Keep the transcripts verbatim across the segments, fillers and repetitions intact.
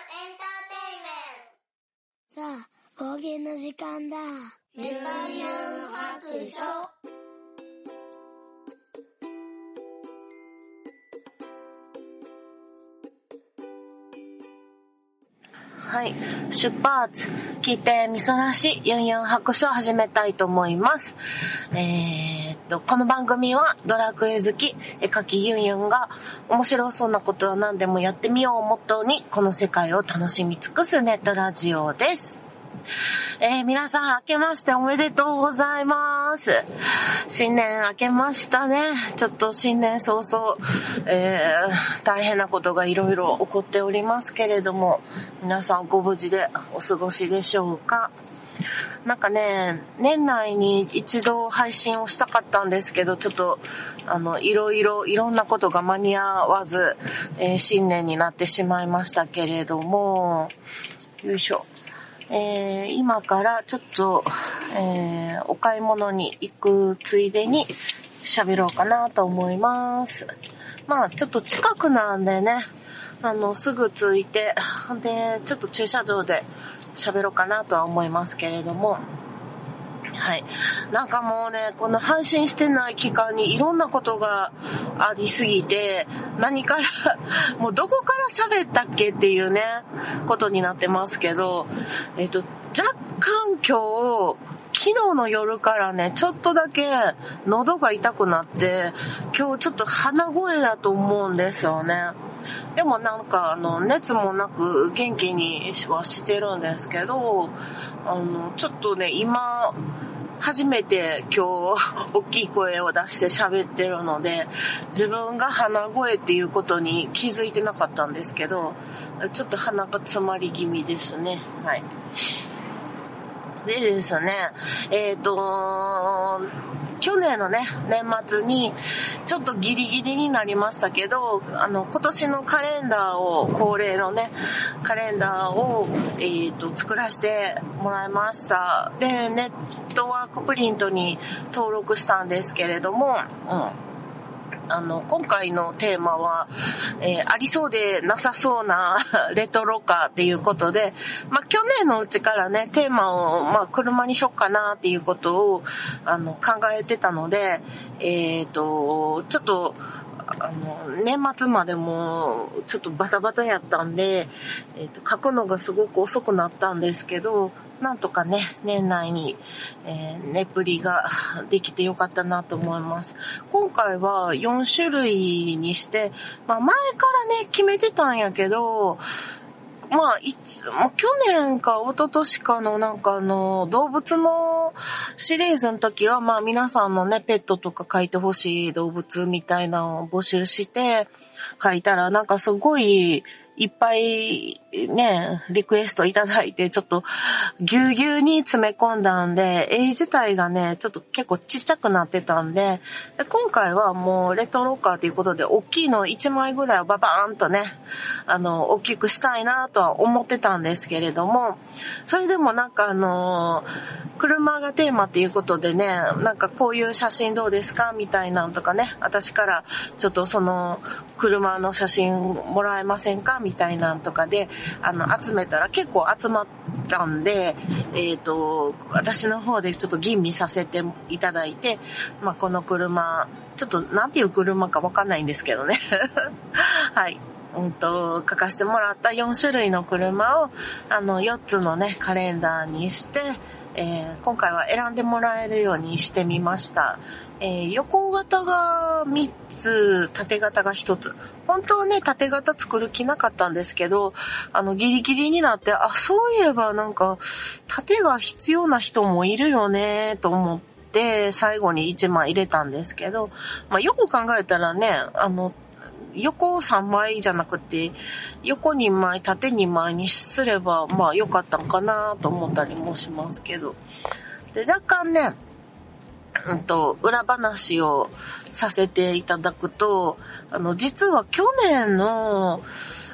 さあ、方言の時間だ。 メタユン白書。 はい。出発。聞いてみそらしユンユン白書を始めたいと思います。えー、っと、この番組はドラクエ好き、絵描きユンユンが面白そうなことは何でもやってみようをモットーにこの世界を楽しみ尽くすネットラジオです。えー、皆さん明けましておめでとうございます。新年明けましたね。ちょっと新年早々、えー、大変なことがいろいろ起こっておりますけれども、皆さんご無事でお過ごしでしょうか。なんかね、年内に一度配信をしたかったんですけど、ちょっと、あの、いろいろ、いろんなことが間に合わず、えー、新年になってしまいましたけれども、よいしょ。えー、今からちょっと、えー、お買い物に行くついでに喋ろうかなと思います。まあちょっと近くなんでね、あのすぐ着いて、でちょっと駐車場で喋ろうかなとは思いますけれども、はい。なんかもうね、この配信してない期間にいろんなことがありすぎて、何から、もうどこから喋ったっけっていうね、ことになってますけど、えっと、若干今日、昨日の夜からね、ちょっとだけ喉が痛くなって、今日ちょっと鼻声だと思うんですよね。でもなんかあの熱もなく元気にはしてるんですけど、あのちょっとね今初めて今日大きい声を出して喋ってるので、自分が鼻声っていうことに気づいてなかったんですけど、ちょっと鼻が詰まり気味ですね。はい。でですね、えっと、去年のね、年末に、ちょっとギリギリになりましたけど、あの、今年のカレンダーを、恒例のね、カレンダーを、えっと、作らせてもらいました。で、ネットワークプリントに登録したんですけれども、うん。あの、今回のテーマは、えー、ありそうでなさそうなレトロカーっていうことで、まあ、去年のうちからね、テーマを、まあ、車にしよっかなっていうことを、あの、考えてたので、えっと、ちょっと、あの、年末までもちょっとバタバタやったんで、えっと、書くのがすごく遅くなったんですけど、なんとかね、年内に、えー、ネプリができてよかったなと思います。今回はよん種類にして、まあ前からね、決めてたんやけど、まあ、いつも去年か一昨年かのなんかあの、動物のシリーズの時は、まあ皆さんのね、ペットとか書いてほしい動物みたいなのを募集して書いたら、なんかすごい、いっぱいね、リクエストいただいて、ちょっとぎゅうぎゅうに詰め込んだんで、絵自体がね、ちょっと結構ちっちゃくなってたんで、で今回はもうレトロカーということで、大きいのいちまいぐらいをババーンとね、あの、大きくしたいなとは思ってたんですけれども、それでもなんかあの、車がテーマっていうことでね、なんかこういう写真どうですかみたいなのとかね、私からちょっとその車の写真もらえませんかみたいなのとかで、あの、集めたら結構集まったんで、えっと、私の方でちょっと吟味させていただいて、まあ、この車、ちょっとなんていう車かわかんないんですけどね。はい。うんと、書かせてもらったよん種類の車を、あの、よっつのね、カレンダーにして、えー、今回は選んでもらえるようにしてみました。えー、横型がみっつ、縦型がひとつ。本当はね、縦型作る気なかったんですけど、あの、ギリギリになって、あ、そういえばなんか、縦が必要な人もいるよね、と思って、最後にいちまい入れたんですけど、まあ、よく考えたらね、あの、横さんまいじゃなくて、横にまい、縦にまいにすれば、まあ良かったんかなと思ったりもしますけど。で、若干ね、うんと、裏話をさせていただくと、あの、実は去年の、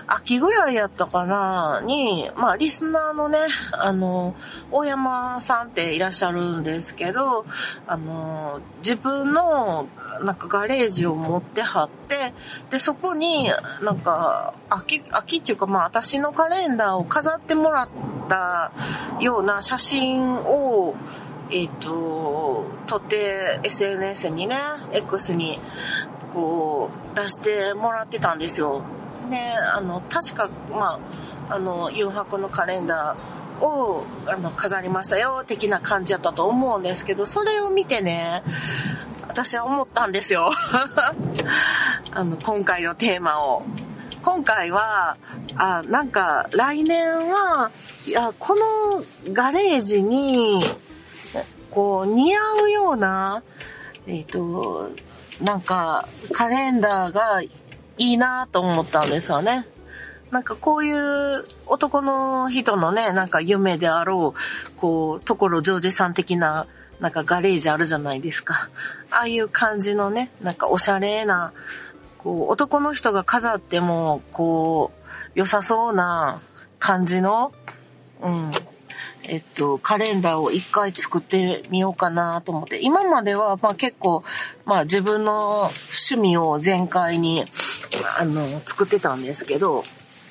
秋ぐらいやったかなに、まあリスナーのね、あの、大山さんっていらっしゃるんですけど、あの、自分のなんかガレージを持ってはって、で、そこになんか秋、秋っていうかまあ私のカレンダーを飾ってもらったような写真を、えっと、撮って エスエヌエス にね、X にこう出してもらってたんですよ。で、あの、確か、まあ、あの、ユンハクのカレンダーを、あの、飾りましたよ、的な感じだったと思うんですけど、それを見てね、私は思ったんですよ。あの、今回のテーマを。今回は、あ、なんか、来年は、いや、このガレージに、こう、似合うような、えっと、なんか、カレンダーがいいなと思ったんですよね。なんかこういう男の人のね、なんか夢であろう、こう、所ジョージさん的な、なんかガレージあるじゃないですか。ああいう感じのね、なんかおしゃれな、こう、男の人が飾っても、こう、良さそうな感じの、うん。えっと、カレンダーを一回作ってみようかなと思って。今までは、まあ結構、まあ自分の趣味を全開に、あの、作ってたんですけど、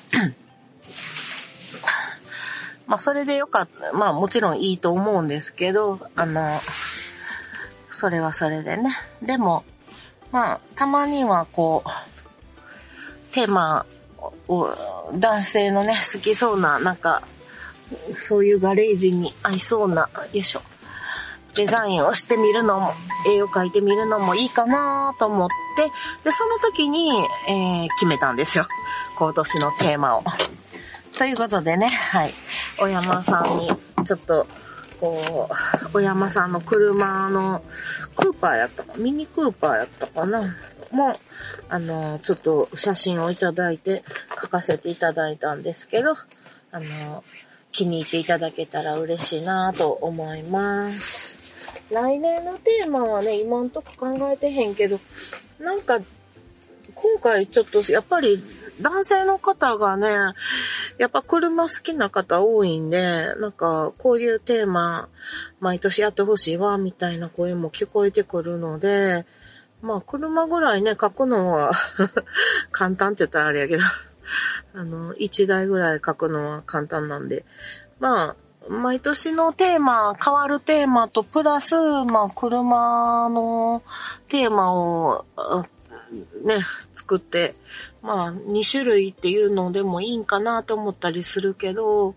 まあそれでよかった。まあもちろんいいと思うんですけど、あの、それはそれでね。でも、まあたまにはこう、テーマを、男性のね、好きそうな、なんか、そういうガレージに合いそうな、よいしょ、デザインをしてみるのも、絵を描いてみるのもいいかなと思って、で、その時に、えー、決めたんですよ。今年のテーマを。ということでね、はい。小山さんに、ちょっと、こう、小山さんの車の、クーパーやったか、ミニクーパーやったかな、もう、あの、ちょっと写真をいただいて、書かせていただいたんですけど、あの、気に入っていただけたら嬉しいなと思います。来年のテーマはね、今んとこ考えてへんけど、なんか、今回ちょっとやっぱり男性の方がね、やっぱ車好きな方多いんで、なんかこういうテーマ毎年やってほしいわみたいな声も聞こえてくるので、まあ車ぐらいね、書くのは簡単って言ったらあれやけど、あの、一台ぐらい書くのは簡単なんで、まあ、毎年のテーマ、変わるテーマとプラス、まあ、車のテーマを、ね、作って、まあ、に種類っていうのでもいいんかなと思ったりするけど、う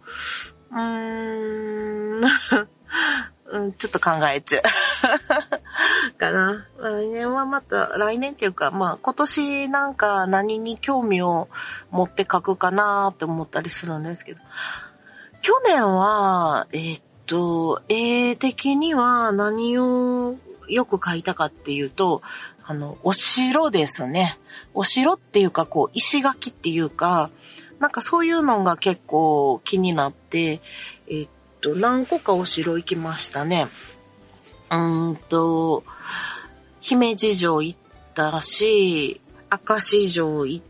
ーん、ちょっと考えちゃう。かな。来年はまた、来年っていうか、まあ今年なんか何に興味を持って書くかなって思ったりするんですけど。去年は、えー、っと、絵的には何をよく描いたかっていうと、あの、お城ですね。お城っていうか、こう、石垣っていうか、なんかそういうのが結構気になって、えー、っと、何個かお城行きましたね。うーんと、姫路城行ったし、明石城行って、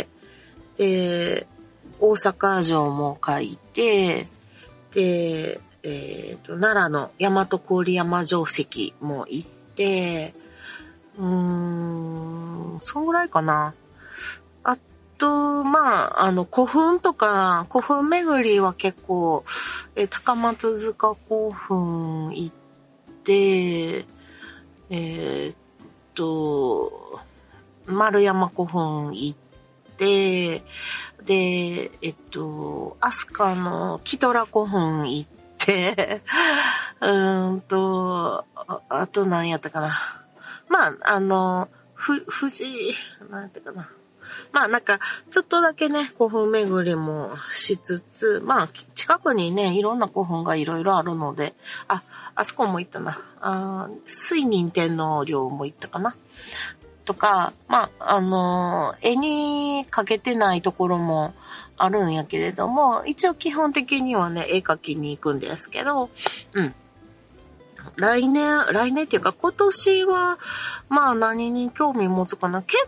で、大阪城も書いて、で、えっと、奈良の大和郡山城跡も行って、うーん、そんぐらいかな。あと、まあ、あの、古墳とか、古墳巡りは結構、え高松塚古墳行って、えー、っと、丸山古墳行って、で、えっと、飛鳥のキトラ古墳行って、うーんと、あ, あと何やったかな。まあ、あの、ふ、富士、何やったかな。まあなんか、ちょっとだけね、古墳巡りもしつつ、まあ、近くにね、いろんな古墳がいろいろあるので、あ、あそこも行ったな。あ、水仁天皇陵も行ったかな。とか、まあ、あの、絵に描けてないところもあるんやけれども、一応基本的にはね、絵描きに行くんですけど、うん。来年、来年っていうか今年は、まあ何に興味持つかな。結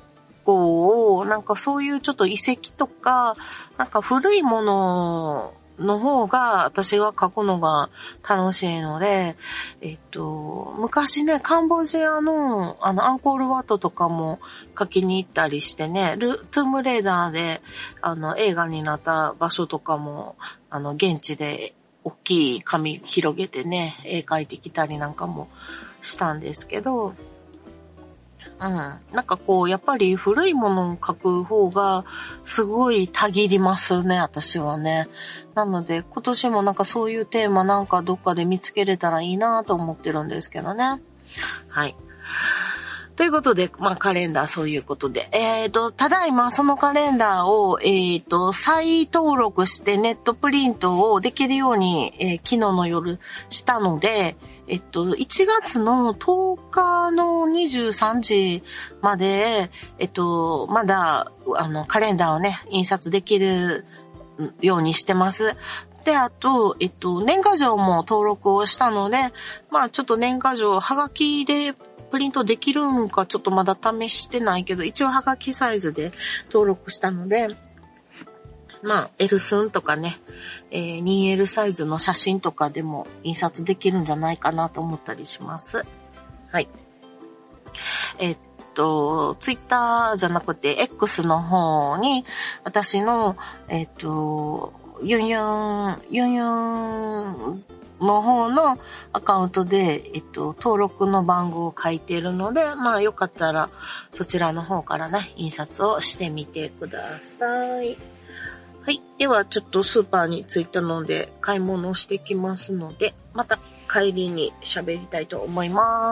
構を、なんかそういうちょっと遺跡とか、なんか古いものの方が私は書くのが楽しいので、えっと、昔ね、カンボジアのあのアンコールワットとかも書きに行ったりしてね、ルトゥームレーダーであの映画になった場所とかも、あの現地で大きい紙広げてね、絵描いてきたりなんかもしたんですけど、うん。なんかこう、やっぱり古いものを書く方がすごいたぎりますね、私はね。なので、今年もなんかそういうテーマなんかどっかで見つけれたらいいなと思ってるんですけどね。はい。ということで、まあカレンダーそういうことで。えーと、ただいまそのカレンダーを、えーと、再登録してネットプリントをできるように、えー、昨日の夜したので、えっと、いちがつのとおかのにじゅうさんじまで、えっと、まだ、あの、カレンダーをね、印刷できるようにしてます。で、あと、えっと、年賀状も登録をしたので、まあちょっと年賀状、はがきでプリントできるんかちょっとまだ試してないけど、一応はがきサイズで登録したので、まあ、L 寸とかね、えー、ツーエル サイズの写真とかでも印刷できるんじゃないかなと思ったりします。はい。えー、っと、ツイッターじゃなくて X の方に、私の、えー、っと、ユンユン、ユンユンの方のアカウントで、えっと、登録の番号を書いているので、まあよかったらそちらの方からね、印刷をしてみてください。はい。では、ちょっとスーパーに着いたので、買い物をしてきますので、また帰りに喋りたいと思います。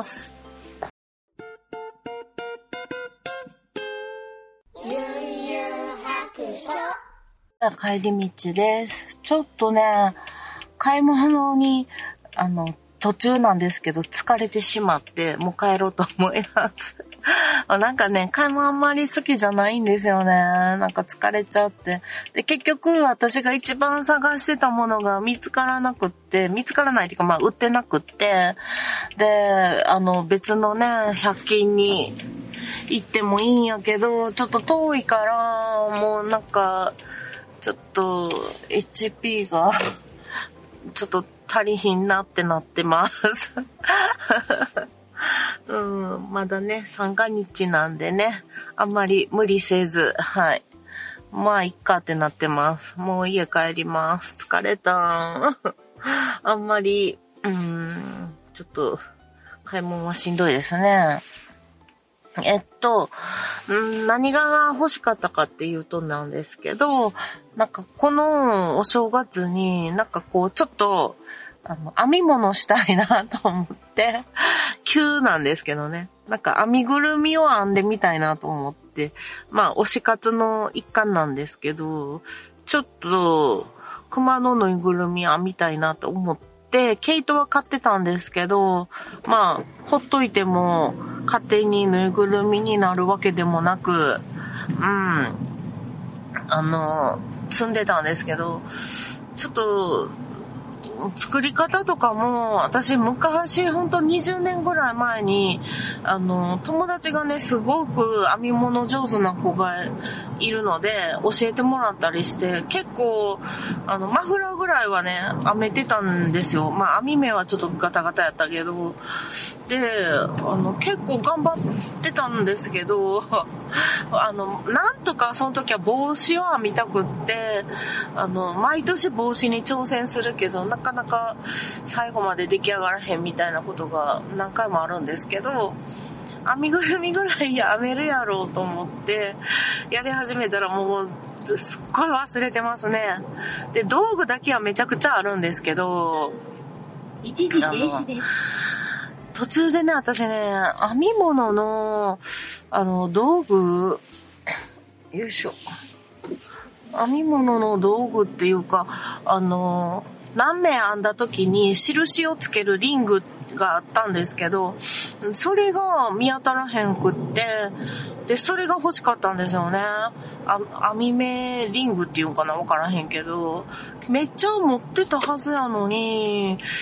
ゆうゆう白書。 帰り道です。ちょっとね、買い物に、あの、途中なんですけど、疲れてしまって、もう帰ろうと思います。なんかね、買い物あんまり好きじゃないんですよね。なんか疲れちゃって。で、結局私が一番探してたものが見つからなくって、見つからないっていうか、まあ売ってなくって、で、あの別のね、ひゃく均に行ってもいいんやけど、ちょっと遠いから、もうなんか、ちょっと エイチピー が、ちょっと足りひんなってなってます。うん、まだね、三が日なんでね、あんまり無理せず、はい。まあ、いっかってなってます。もう家帰ります。疲れた。あんまり、うん、ちょっと、買い物はしんどいですね。えっと、ん何が欲しかったかっていうとなんですけど、なんかこのお正月になんかこうちょっとあの編み物したいなと思って、急なんですけどね。なんか編みぐるみを編んでみたいなと思って、まあ推し活の一環なんですけど、ちょっと熊のぬいぐるみ編みたいなと思って、で、毛糸は買ってたんですけど、まあ、ほっといても勝手にぬいぐるみになるわけでもなく、うん、あの、積んでたんですけど、ちょっと、作り方とかも、私昔、ほんとにじゅうねんぐらい前に、あの、友達がね、すごく編み物上手な子がいるので、教えてもらったりして、結構、あの、マフラーぐらいはね、編めてたんですよ。まあ、編み目はちょっとガタガタやったけど、で、あの、結構頑張ってたんですけど、あの、なんとかその時は帽子を編みたくって、あの、毎年帽子に挑戦するけど、なかなか最後まで出来上がらへんみたいなことが何回もあるんですけど、編みぐるみぐらい編めるやろうと思って、やり始めたらもう、すっごい忘れてますね。で、道具だけはめちゃくちゃあるんですけど、 一時停止です。 途中でね、私ね、編み物の、あの、道具、よいしょ。編み物の道具っていうか、あの、何面編んだ時に印をつけるリングがあったんですけど、それが見当たらへんくって、で、それが欲しかったんですよね。あ編み目リングっていうかな、わからへんけど、めっちゃ持ってたはずやのに、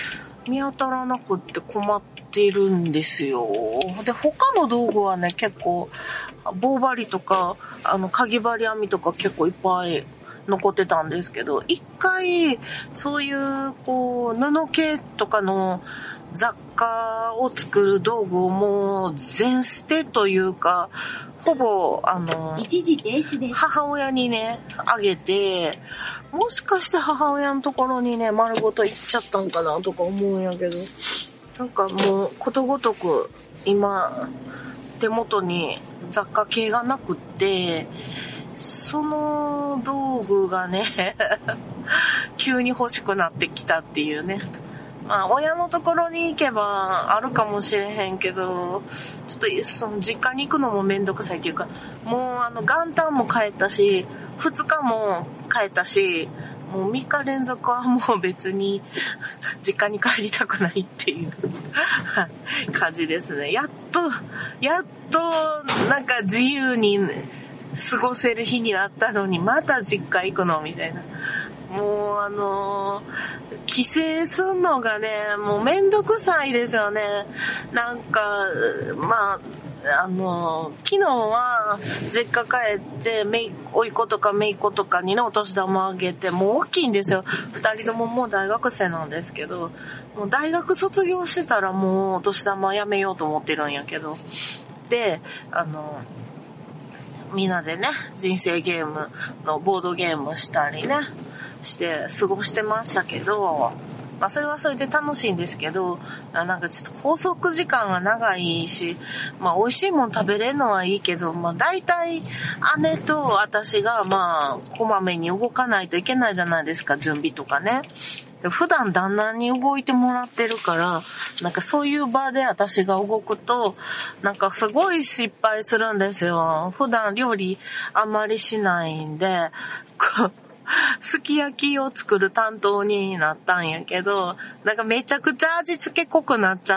見当たらなくって困ってるんですよ。で、他の道具はね、結構、棒針とか、あの、かぎ針編みとか結構いっぱい残ってたんですけど、一回、そういう、こう、布系とかの雑貨を作る道具をもう全捨てというか、ほぼ、あの、母親にね、あげて、もしかして母親のところにね、丸ごと行っちゃったんかなとか思うんやけど、なんかもう、ことごとく、今、手元に雑貨系がなくって、その道具がね、急に欲しくなってきたっていうね。まあ、親のところに行けばあるかもしれへんけど、ちょっとその実家に行くのもめんどくさいっていうか、もうあの元旦も帰ったし、二日も帰ったし、もう三日連続はもう別に実家に帰りたくないっていう感じですね。やっと、やっとなんか自由に過ごせる日になったのに、また実家行くのみたいな。もうあのー、帰省すんのがね、もうめんどくさいですよね。なんか、まあ、あのー、昨日は実家帰って、めい、おいっ子とかめいっ子とかにね、お年玉あげて、もう大きいんですよ。二人とももう大学生なんですけど、もう大学卒業してたらもうお年玉やめようと思ってるんやけど。で、あのー、みんなでね、人生ゲームのボードゲームしたりね、して過ごしてましたけど、まあそれはそれで楽しいんですけど、なんかちょっと拘束時間が長いし、まあ美味しいもん食べれるのはいいけど、まあ大体姉と私がまあこまめに動かないといけないじゃないですか、準備とかね。普段旦那に動いてもらってるから、なんかそういう場で私が動くと、なんかすごい失敗するんですよ。普段料理あんまりしないんで、こうすき焼きを作る担当になったんやけど、なんかめちゃくちゃ味付け濃くなっちゃって、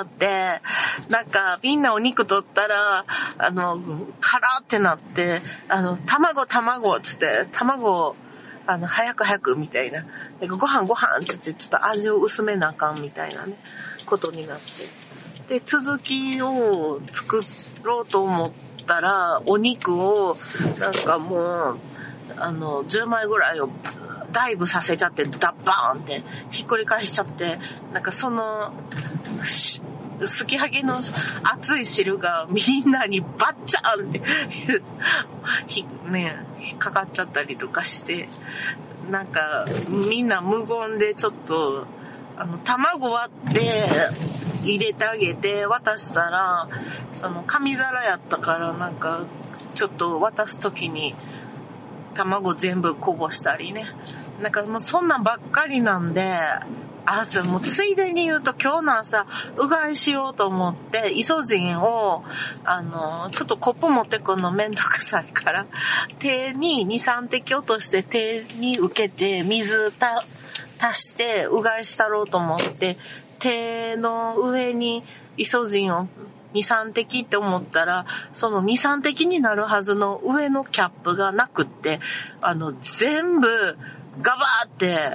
なんかみんなお肉取ったら、あの、カラーってなって、あの、卵卵つって、卵あの、早く早くみたいな。ご飯ご飯つってちょっと味を薄めなあかんみたいなね、ことになって。で、続きを作ろうと思ったら、お肉を、なんかもう、あの、じゅうまいぐらいをダイブさせちゃって、ダッバーンってひっくり返しちゃって、なんかその、すき揚げの熱い汁がみんなにバッチャーンってひ、ね、かかっちゃったりとかして、なんかみんな無言でちょっと、あの、卵割って入れてあげて渡したら、その紙皿やったからなんかちょっと渡すときに、卵全部こぼしたりね。なんかもうそんなんばっかりなんで、あ、じゃあもうついでに言うと今日の朝、うがいしようと思って、イソジンを、あの、ちょっとコップ持ってくるのめんどくさいから、手にに、さん滴落として手に受けて、水た、足してうがいしたろうと思って、手の上にイソジンをに、さん滴って思ったら、そのに、さん滴になるはずの上のキャップがなくって、あの、全部ガバーって、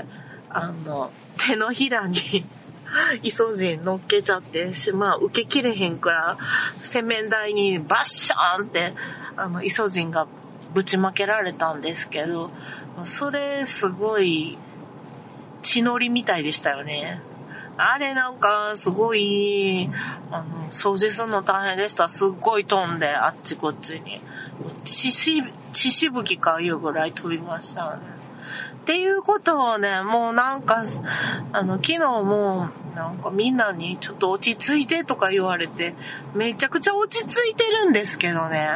あの、手のひらにイソジン乗っけちゃって、まあ受けきれへんから、洗面台にバッシャーンって、あの、イソジンがぶちまけられたんですけど、それすごい血のりみたいでしたよね。あれなんかすごい、あの、掃除するの大変でした。すっごい飛んで、あっちこっちに。血し、血しぶきかいうぐらい飛びましたね。っていうことをね、もうなんか、あの、昨日も、なんかみんなにちょっと落ち着いてとか言われて、めちゃくちゃ落ち着いてるんですけどね。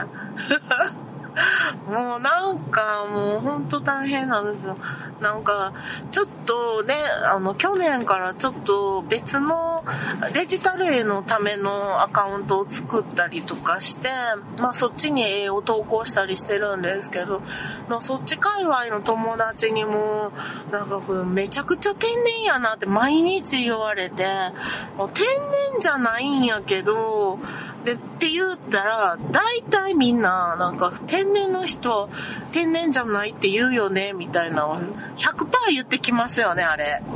もうなんかもうほんと大変なんですよ。なんかちょっとね、あの去年からちょっと別のデジタル絵のためのアカウントを作ったりとかして、まあそっちに絵を投稿したりしてるんですけど、そっち界隈の友達にもなんかめちゃくちゃ天然やなって毎日言われて、もう天然じゃないんやけど、でって言ったら大体みんななんか天然の人天然じゃないって言うよねみたいな ひゃくパーセント 言ってきますよねあれ。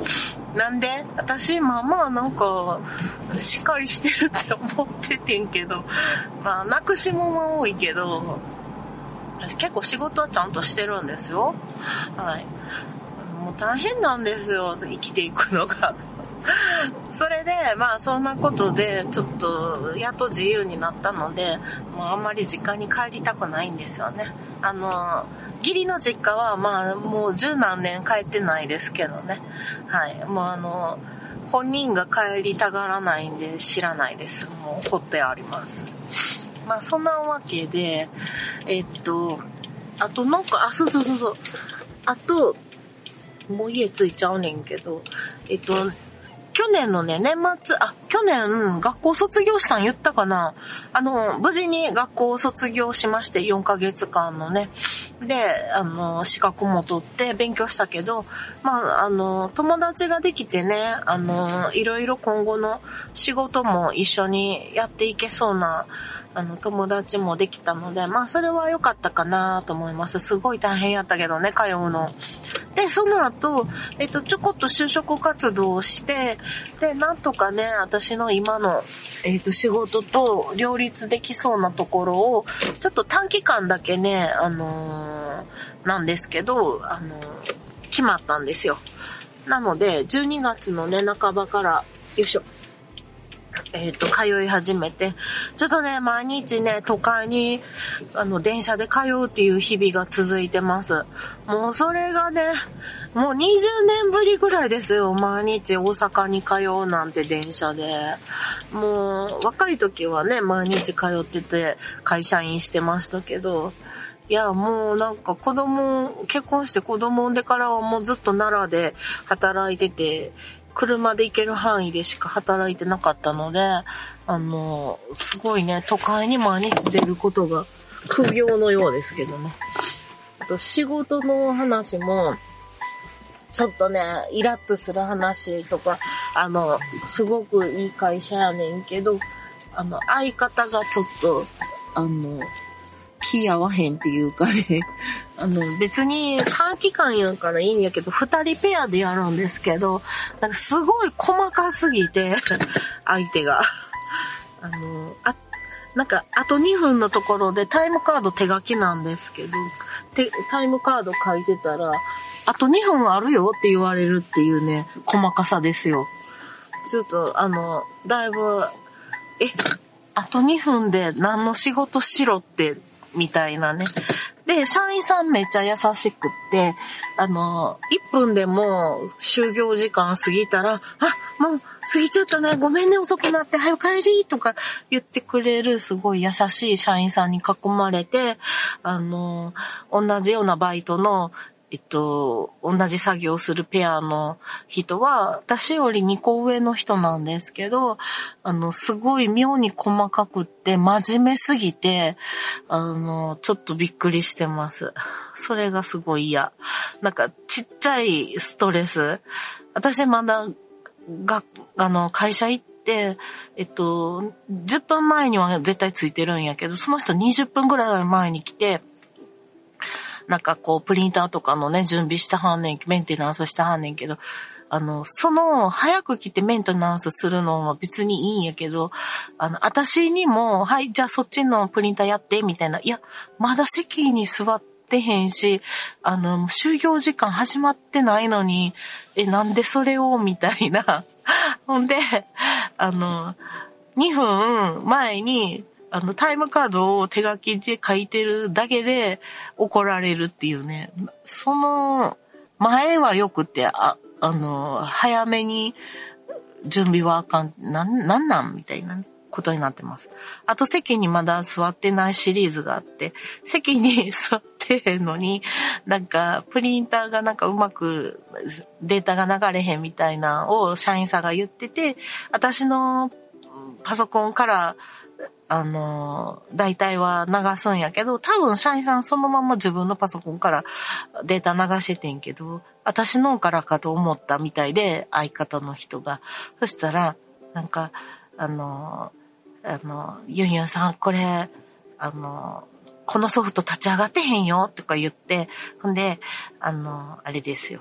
なんで私、まあまあなんか、しっかりしてるって思っててんけど、まあ、なくしもんは多いけど、結構仕事はちゃんとしてるんですよ。はい。もう大変なんですよ、生きていくのが。それで、まあそんなことで、ちょっと、やっと自由になったので、もうあんまり実家に帰りたくないんですよね。あの、義理の実家は、まあもう十何年帰ってないですけどね。はい。もうあの、本人が帰りたがらないんで知らないです。もう掘ってあります。まあそんなわけで、えっと、あとなんか、あ、そうそうそうそう。あと、もう家着いちゃうねんけど、えっと、去年のね、年末、あ、去年、学校卒業したん言ったかな？あの、無事に学校を卒業しまして、よんかげつかんのね。で、あの、資格も取って勉強したけど、まあ、あの、友達ができてね、あの、いろいろ今後の仕事も一緒にやっていけそうな、あの、友達もできたので、まあ、それは良かったかなと思います。すごい大変やったけどね、通うの。で、その後、えっと、ちょこっと就職活動をして、で、なんとかね、私の今の、えっと、仕事と両立できそうなところを、ちょっと短期間だけね、あのー、なんですけど、あのー、決まったんですよ。なので、じゅうにがつのね、半ばから、よいしょ。えっと、通い始めて、ちょっとね、毎日ね、都会に、あの、電車で通うっていう日々が続いてます。もうそれがね、もうにじゅうねんぶりぐらいですよ。毎日大阪に通うなんて電車で。もう、若い時はね、毎日通ってて、会社員してましたけど、いや、もうなんか子供、結婚して子供産んでからはもうずっと奈良で働いてて、車で行ける範囲でしか働いてなかったので、あの、すごいね、都会に毎日出ることが苦行のようですけどね。あと仕事の話も、ちょっとね、イラッとする話とか、あの、すごくいい会社やねんけど、あの、相方がちょっと、あの、気合わへんっていうかね、あの別に短期間やからいいんやけど、二人ペアでやるんですけど、なんかすごい細かすぎて、相手が。あの、あ、なんかあとにふんのところでタイムカード手書きなんですけど、タイムカード書いてたら、あとにふんあるよって言われるっていうね、細かさですよ。ちょっとあの、だいぶ、え、あとにふんで何の仕事しろって、みたいなね。で、社員さんめっちゃ優しくって、あの、いっぷんでも就業時間過ぎたら、あ、もう過ぎちゃったね、ごめんね、遅くなって、早く帰りとか言ってくれるすごい優しい社員さんに囲まれて、あの、同じようなバイトの、えっと、同じ作業をするペアの人は、私よりにこ上の人なんですけど、あの、すごい妙に細かくって真面目すぎて、あの、ちょっとびっくりしてます。それがすごい嫌。なんか、ちっちゃいストレス。私まだ、が、あの、会社行って、えっと、じゅっぷんまえには絶対ついてるんやけど、その人にじゅっぷんぐらい前に来て、なんかこう、プリンターとかのね、準備してはんねん、メンテナンスしてはんねんけど、あの、その、早く来てメンテナンスするのは別にいいんやけど、あの、私にも、はい、じゃあそっちのプリンターやって、みたいな。いや、まだ席に座ってへんし、あの、就業時間始まってないのに、え、なんでそれをみたいな。ほんで、あの、にふんまえに、あの、タイムカードを手書きで書いてるだけで怒られるっていうね。その前はよくて、あ、あの、早めに準備はあかん、なん、なんなんみたいなことになってます。あと席にまだ座ってないシリーズがあって、席に座ってへんのに、なんかプリンターがなんかうまくデータが流れへんみたいなのを社員さんが言ってて、私のパソコンからあの、大体は流すんやけど、多分社員さんそのまま自分のパソコンからデータ流しててんけど、私のからかと思ったみたいで、相方の人が。そしたら、なんか、あの、あの、ユンユンさん、これ、あの、このソフト立ち上がってへんよ、とか言って、ほんで、あの、あれですよ。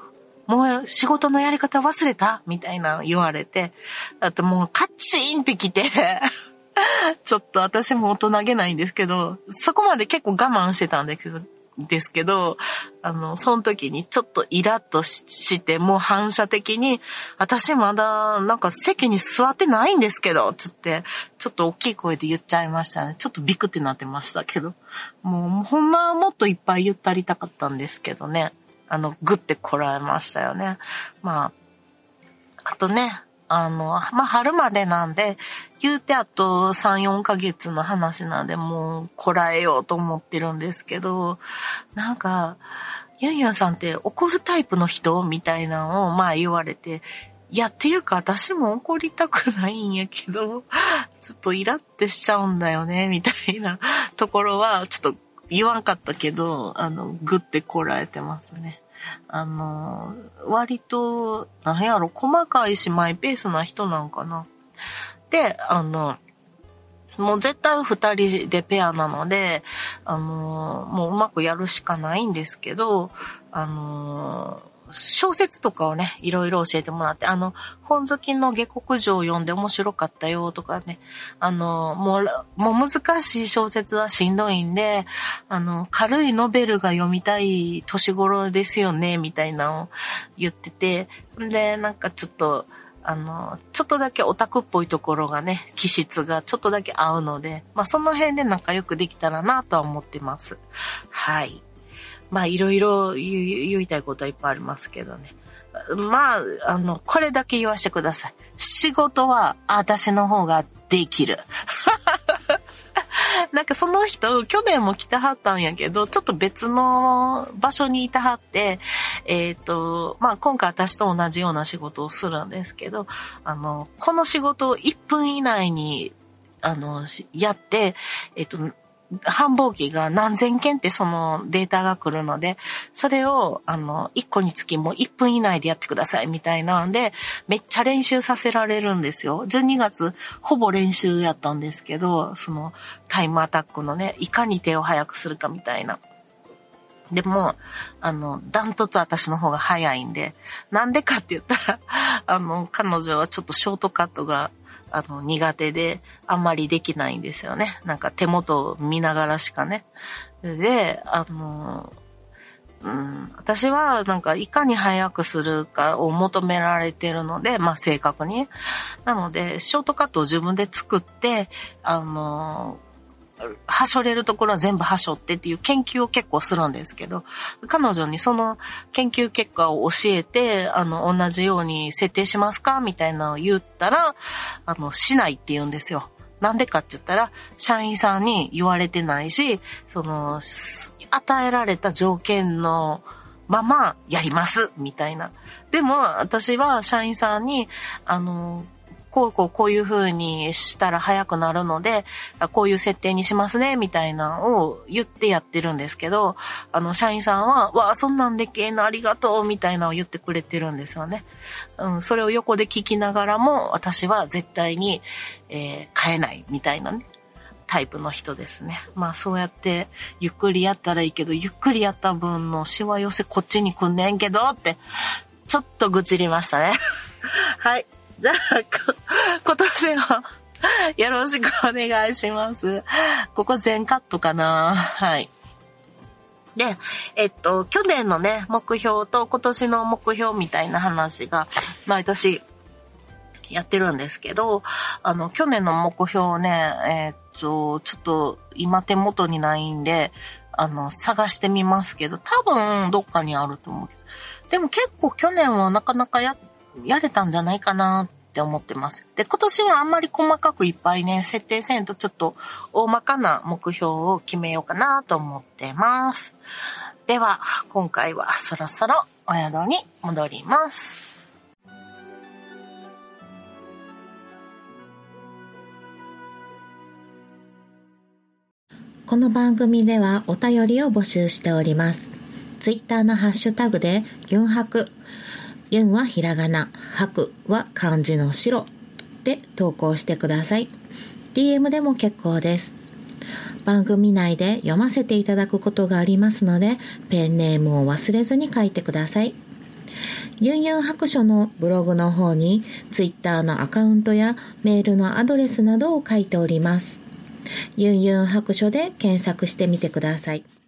もう仕事のやり方忘れたみたいな言われて、あともうカッチーンってきて、ちょっと私も大人げないんですけど、そこまで結構我慢してたんですけど、ですけど、あの、その時にちょっとイラッとして、もう反射的に、私まだなんか席に座ってないんですけど、つって、ちょっと大きい声で言っちゃいましたね。ちょっとビクってなってましたけど。もうほんまはもっといっぱい言ったりたかったんですけどね。あの、グッてこらえましたよね。まあ、あとね、あの、まあ、春までなんで、言うてあとさん、よんかげつの話なんで、もうこらえようと思ってるんですけど、なんか、ユンユンさんって怒るタイプの人みたいなのを、まあ言われて、いや、っていうか私も怒りたくないんやけど、ちょっとイラってしちゃうんだよね、みたいなところは、ちょっと言わんかったけど、あの、ぐってこらえてますね。あの、割と、なんやろ、細かいしマイペースな人なんかな。で、あの、もう絶対二人でペアなので、あの、もううまくやるしかないんですけど、あの、小説とかをね、いろいろ教えてもらって、あの、本好きの下克上を読んで面白かったよとかね、あの、もう、もう難しい小説はしんどいんで、あの、軽いノベルが読みたい年頃ですよね、みたいなのを言ってて、で、なんかちょっと、あの、ちょっとだけオタクっぽいところがね、気質がちょっとだけ合うので、まあその辺で仲良くできたらなとは思ってます。はい。まあいろいろ言いたいことはいっぱいありますけどね。まあ、あの、これだけ言わせてください。仕事は私の方ができる。なんかその人、去年も来てはったんやけど、ちょっと別の場所にいてはって、えっと、まあ今回私と同じような仕事をするんですけど、あの、この仕事をいっぷん以内に、あの、やって、えっと、繁忙期が何千件ってそのデータが来るので、それをあのいっこにつきもういっぷん以内でやってくださいみたいなんで、めっちゃ練習させられるんですよ。じゅうにがつほぼ練習やったんですけど、そのタイムアタックのね、いかに手を早くするかみたいな。でも、あの、ダントツ私の方が早いんで、なんでかって言ったら、あの、彼女はちょっとショートカットがあの、苦手で、あんまりできないんですよね。なんか手元を見ながらしかね。で、あの、うん、私はなんかいかに早くするかを求められてるので、まあ正確に。なので、ショートカットを自分で作って、あの、はしょれるところは全部はしょってっていう研究を結構するんですけど、彼女にその研究結果を教えて、あの、同じように設定しますかみたいなのを言ったら、あの、しないって言うんですよ。なんでかって言ったら、社員さんに言われてないし、その、与えられた条件のままやります、みたいな。でも、私は社員さんに、あの、こうこうこういう風にしたら早くなるので、こういう設定にしますね、みたいなのを言ってやってるんですけど、あの、社員さんは、わあ、そんなんでけえのありがとう、みたいなのを言ってくれてるんですよね。うん、それを横で聞きながらも、私は絶対に、えー、変えない、みたいなね、タイプの人ですね。まあそうやって、ゆっくりやったらいいけど、ゆっくりやった分のシワ寄せこっちに来んねんけど、って、ちょっと愚痴りましたね。はい。じゃあ、今年はよろしくお願いします。ここ全カットかな。はい。で、えっと、去年のね、目標と今年の目標みたいな話が、毎年やってるんですけど、あの、去年の目標をね、えっと、ちょっと今手元にないんで、あの、探してみますけど、多分どっかにあると思うけど。でも結構去年はなかなかや、やれたんじゃないかなって思ってます。で、今年はあんまり細かくいっぱいね、設定せんとちょっと大まかな目標を決めようかなと思ってます。では、今回はそろそろお宿に戻ります。 この番組ではお便りを募集しております。ツイッターのハッシュタグでギュンハク、ユンはひらがな、ハクは漢字の白で投稿してください。ディーエム でも結構です。番組内で読ませていただくことがありますので、ペンネームを忘れずに書いてください。 ユンユン白書のブログの方にツイッターのアカウントやメールのアドレスなどを書いております。ユンユン白書で検索してみてください。